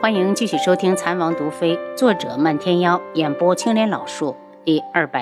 欢迎继续收听《残王毒妃》，作者漫天妖，演播青莲老树，第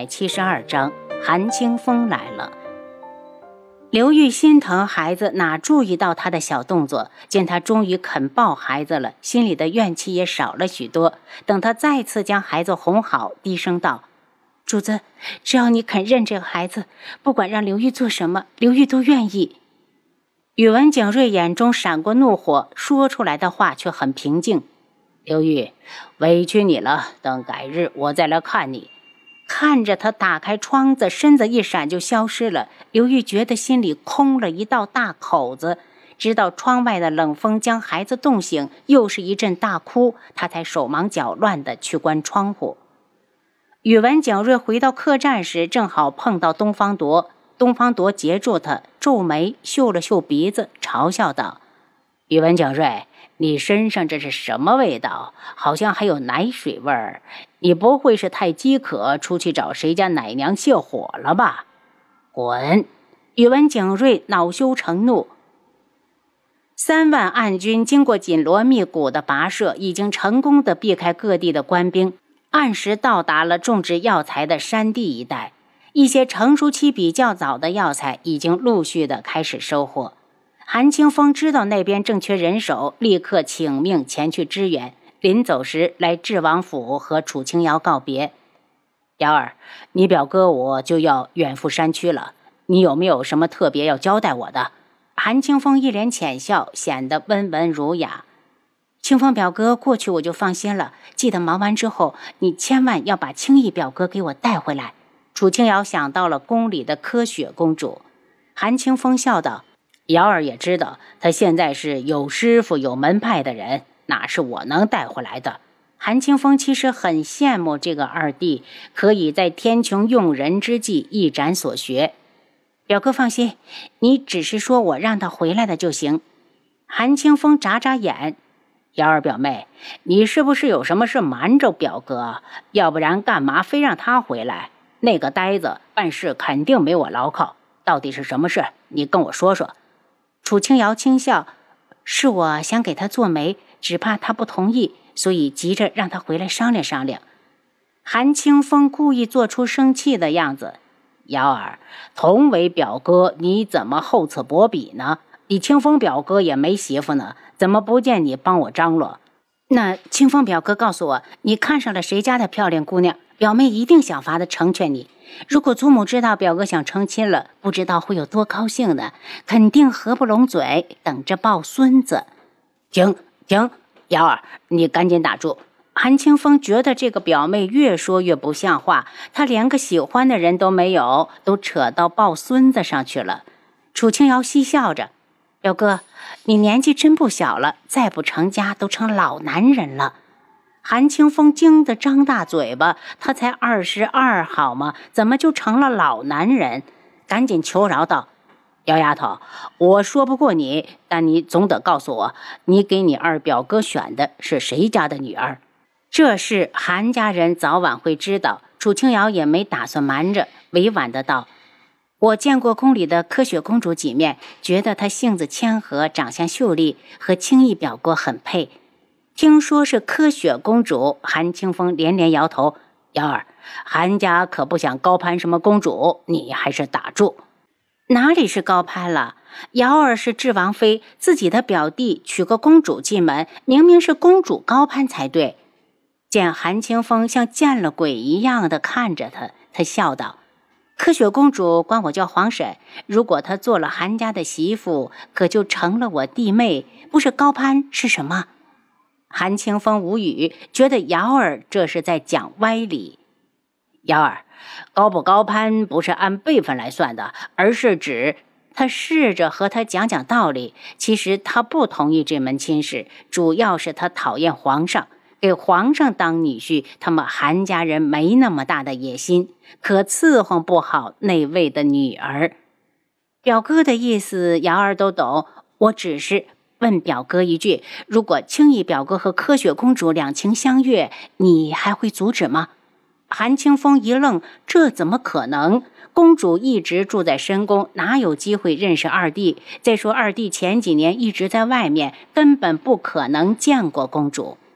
272章，韩清风来了。刘玉心疼孩子，哪注意到他的小动作，见他终于肯抱孩子了，心里的怨气也少了许多。等他再次将孩子哄好，低声道：主子，只要你肯认这个孩子，不管让刘玉做什么，刘玉都愿意。宇文景睿眼中闪过怒火，说出来的话却很平静：刘玉，委屈你了，等改日我再来看你。看着他打开窗子，身子一闪就消失了。刘玉觉得心里空了一道大口子，直到窗外的冷风将孩子冻醒，又是一阵大哭，他才手忙脚乱地去关窗户。宇文景睿回到客栈时，正好碰到东方铎。东方铎截住他，皱眉嗅了嗅鼻子，嘲笑道：宇文景睿，你身上这是什么味道？好像还有奶水味儿。你不会是太饥渴，出去找谁家奶娘泻火了吧？滚！宇文景睿恼羞成怒。3万暗军经过紧锣密鼓的跋涉，已经成功地避开各地的官兵，按时到达了种植药材的山地一带。一些成熟期比较早的药材已经陆续地开始收获。韩清风知道那边正缺人手，立刻请命前去支援。临走时来智王府和楚清瑶告别：瑶儿，你表哥我就要远赴山区了，你有没有什么特别要交代我的？韩清风一脸浅笑，显得温文儒雅。清风表哥过去我就放心了，记得忙完之后你千万要把青逸表哥给我带回来。楚清瑶想到了宫里的柯雪公主。韩清风笑道：瑶儿也知道他现在是有师傅有门派的人，哪是我能带回来的。韩清风其实很羡慕这个二弟，可以在天穹用人之际一展所学。表哥放心，你只是说我让他回来的就行。韩清风眨眨眼：瑶儿表妹，你是不是有什么事瞒着表哥？要不然干嘛非让他回来？那个呆子办事肯定没我牢靠，到底是什么事？你跟我说说。楚清瑶轻笑：是我想给他做媒，只怕他不同意，所以急着让他回来商量商量。韩清风故意做出生气的样子：瑶儿，同为表哥，你怎么厚此薄彼呢？你清风表哥也没媳妇呢，怎么不见你帮我张罗？那清风表哥告诉我，你看上了谁家的漂亮姑娘，表妹一定想法子成全你。如果祖母知道表哥想成亲了，不知道会有多高兴呢，肯定合不拢嘴，等着抱孙子。停，瑶儿，你赶紧打住。韩清风觉得这个表妹越说越不像话，她连个喜欢的人都没有，都扯到抱孙子上去了。楚清瑶嬉笑着：表哥，你年纪真不小了，再不成家都成老男人了。韩清风惊得张大嘴巴，他才22好吗？怎么就成了老男人？赶紧求饶道：姚丫头，我说不过你，但你总得告诉我，你给你二表哥选的是谁家的女儿？这事韩家人早晚会知道。楚清瑶也没打算瞒着，委婉的道：我见过宫里的柯雪公主几面，觉得她性子谦和，长相秀丽，和青逸表哥很配。听说是柯雪公主，韩清风连连摇头：瑶儿，韩家可不想高攀什么公主，你还是打住。哪里是高攀了？瑶儿是智王妃，自己的表弟娶个公主进门，明明是公主高攀才对。见韩清风像见了鬼一样的看着他，他笑道：柯雪公主管我叫皇婶，如果她做了韩家的媳妇，可就成了我弟妹，不是高攀是什么？韩清风无语，觉得瑶儿这是在讲歪理。瑶儿，高不高攀不是按辈分来算的，而是指……他试着和他讲讲道理，其实他不同意这门亲事，主要是他讨厌皇上。给皇上当女婿，他们韩家人没那么大的野心，可伺候不好那位的女儿。表哥的意思瑶儿都懂，我只是问表哥一句，如果青逸表哥和柯雪公主两情相悦，你还会阻止吗？韩清风一愣，这怎么可能？公主一直住在深宫，哪有机会认识二弟？再说二弟前几年一直在外面，根本不可能见过公主。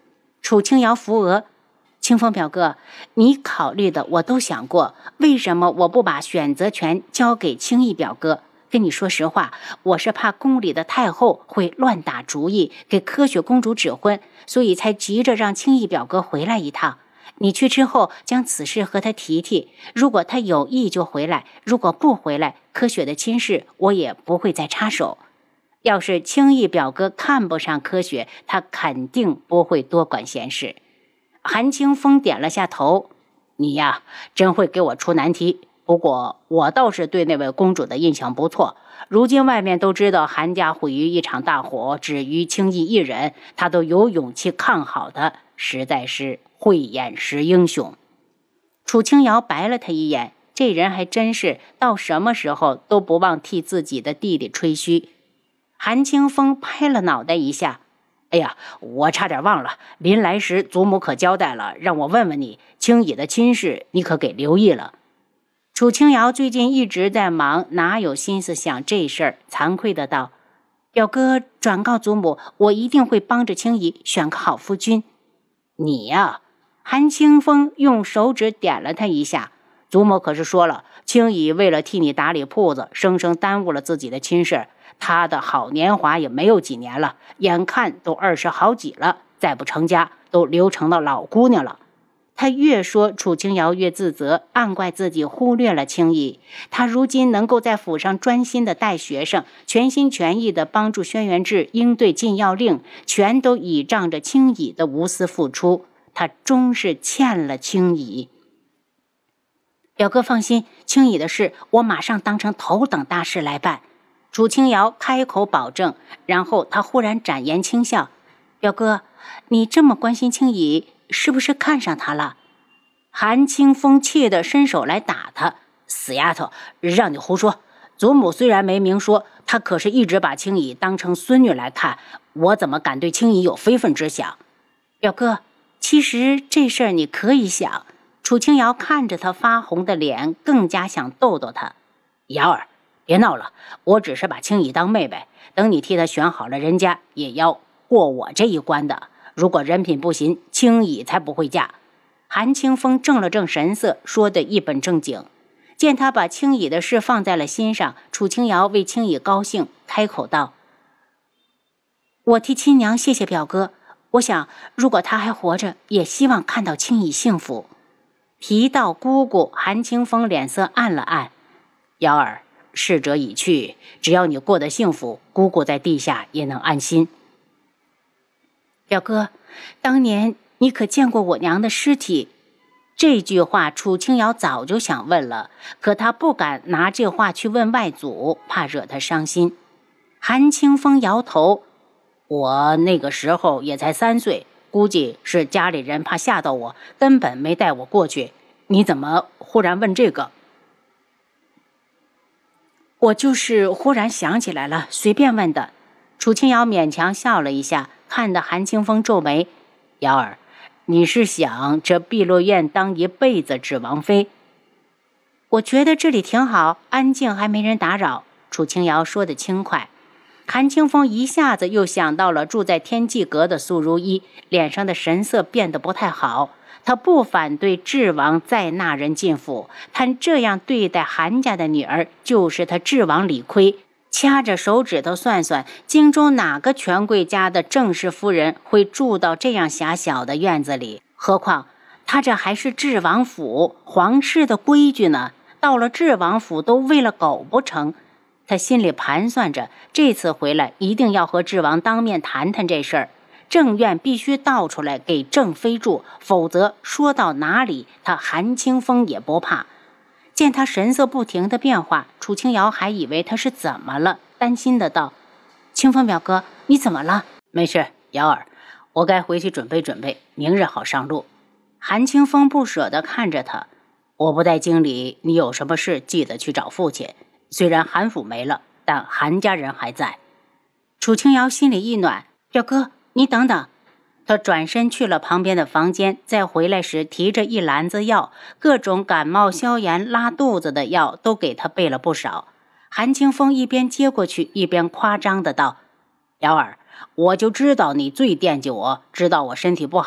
楚清瑶扶额，清风表哥，你考虑的我都想过，为什么我不把选择权交给清逸表哥？跟你说实话，我是怕宫里的太后会乱打主意，给科学公主指婚，所以才急着让清逸表哥回来一趟。你去之后将此事和他提提，如果他有意就回来，如果不回来，科学的亲事我也不会再插手。要是清逸表哥看不上科学，他肯定不会多管闲事。韩清风点了下头，你呀，真会给我出难题。不过我倒是对那位公主的印象不错，如今外面都知道韩家毁于一场大火，只余清逸一人，他都有勇气抗好的，实在是慧眼识英雄。楚清瑶白了他一眼，这人还真是到什么时候都不忘替自己的弟弟吹嘘。韩清风拍了脑袋一下，哎呀，我差点忘了，临来时祖母可交代了，让我问问你，清逸的亲事你可给留意了。楚清瑶最近一直在忙，哪有心思想这事儿，惭愧的道，表哥转告祖母，我一定会帮着清逸选个好夫君。你呀，韩清风用手指点了他一下，祖母可是说了，清逸为了替你打理铺子，生生耽误了自己的亲事，他的好年华也没有几年了，眼看都20好几了，再不成家都留成了老姑娘了。他越说，楚清瑶越自责，暗怪自己忽略了清逸。他如今能够在府上专心的带学生，全心全意的帮助轩辕志应对禁药令，全都倚仗着清逸的无私付出，他终是欠了清逸。表哥放心，清逸的事我马上当成头等大事来办。楚清瑶开口保证，然后他忽然展颜轻笑，表哥，你这么关心清逸，是不是看上他了？韩清风气得伸手来打他，死丫头，让你胡说！祖母虽然没明说，她可是一直把清逸当成孙女来看，我怎么敢对清逸有非分之想？表哥，其实这事儿你可以想。楚清瑶看着他发红的脸，更加想逗逗他。瑶儿，别闹了，我只是把清逸当妹妹，等你替她选好了人家，也要过我这一关的。如果人品不行，清逸才不会嫁。韩清风正了正神色，说得一本正经。见他把清逸的事放在了心上，楚清瑶为清逸高兴，开口道，我替亲娘谢谢表哥，我想如果他还活着，也希望看到清逸幸福。提到姑姑，韩清风脸色暗了暗，瑶儿，逝者已去，只要你过得幸福，姑姑在地下也能安心。表哥，当年你可见过我娘的尸体？这句话楚清瑶早就想问了，可她不敢拿这话去问外祖，怕惹她伤心。韩清风摇头，我那个时候也才3岁，估计是家里人怕吓到我，根本没带我过去。你怎么忽然问这个？我就是忽然想起来了，随便问的。楚清瑶勉强笑了一下，看得韩清风皱眉，瑶儿，你是想这碧落院当一辈子指王妃？我觉得这里挺好，安静还没人打扰。楚清瑶说得轻快。韩清风一下子又想到了住在天际阁的苏如意，脸上的神色变得不太好。他不反对智王再纳人进府，但这样对待韩家的女儿，就是他智王理亏。掐着手指头算算，京中哪个权贵家的正室夫人会住到这样狭小的院子里？何况他这还是智王府，皇室的规矩呢，到了智王府都喂了狗不成？他心里盘算着，这次回来一定要和智王当面谈谈这事儿。正院必须倒出来给正妃住，否则说到哪里他韩清风也不怕。见他神色不停的变化，楚清瑶还以为他是怎么了，担心的道，清风表哥，你怎么了？没事，瑶儿，我该回去准备准备，明日好上路。韩清风不舍得看着他，我不在京里，你有什么事记得去找父亲，虽然韩府没了，但韩家人还在。楚清瑶心里一暖，表哥你等等。他转身去了旁边的房间，再回来时提着一篮子药，各种感冒消炎拉肚子的药都给他备了不少。韩清风一边接过去，一边夸张的道，瑶儿，我就知道你最惦记我，知道我身体不好，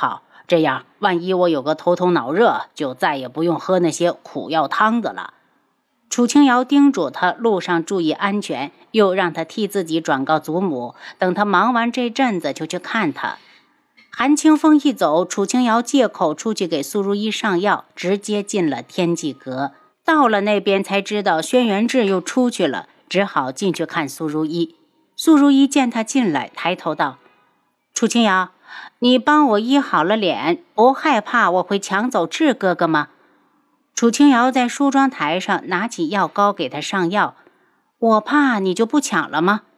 这样万一我有个头痛脑热，就再也不用喝那些苦药汤的了。楚清瑶叮嘱他路上注意安全，又让他替自己转告祖母，等他忙完这阵子就去看他。韩清风一走，楚清瑶借口出去给苏如意上药，直接进了天际阁。到了那边才知道轩辕志又出去了，只好进去看苏如意。苏如意见他进来，抬头道：楚清瑶，你帮我医好了脸，不害怕我会抢走志哥哥吗？楚清瑶在梳妆台上拿起药膏给他上药。我怕你就不抢了吗？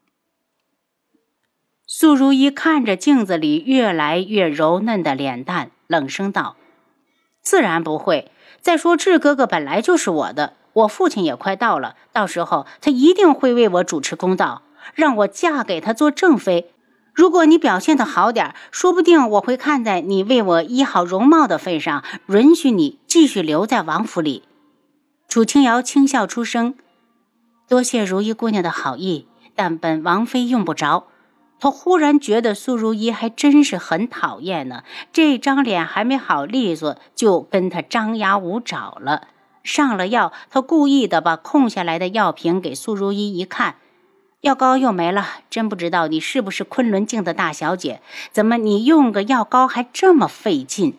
苏如意看着镜子里越来越柔嫩的脸蛋，冷声道：自然不会，再说志哥哥本来就是我的，我父亲也快到了，到时候他一定会为我主持公道，让我嫁给他做正妃。如果你表现得好点，说不定我会看在你为我医好容貌的份上，允许你继续留在王府里。楚清瑶轻笑出声：多谢如意姑娘的好意，但本王妃用不着。他忽然觉得苏如意还真是很讨厌呢，这张脸还没好利索，就跟他张牙舞爪了。上了药，他故意的把空下来的药瓶给苏如意一看，药膏又没了，真不知道你是不是昆仑镜的大小姐，怎么你用个药膏还这么费劲？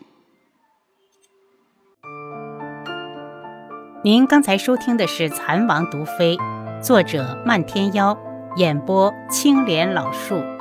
您刚才收听的是《蚕王毒妃》，作者漫天妖，演播青莲老树。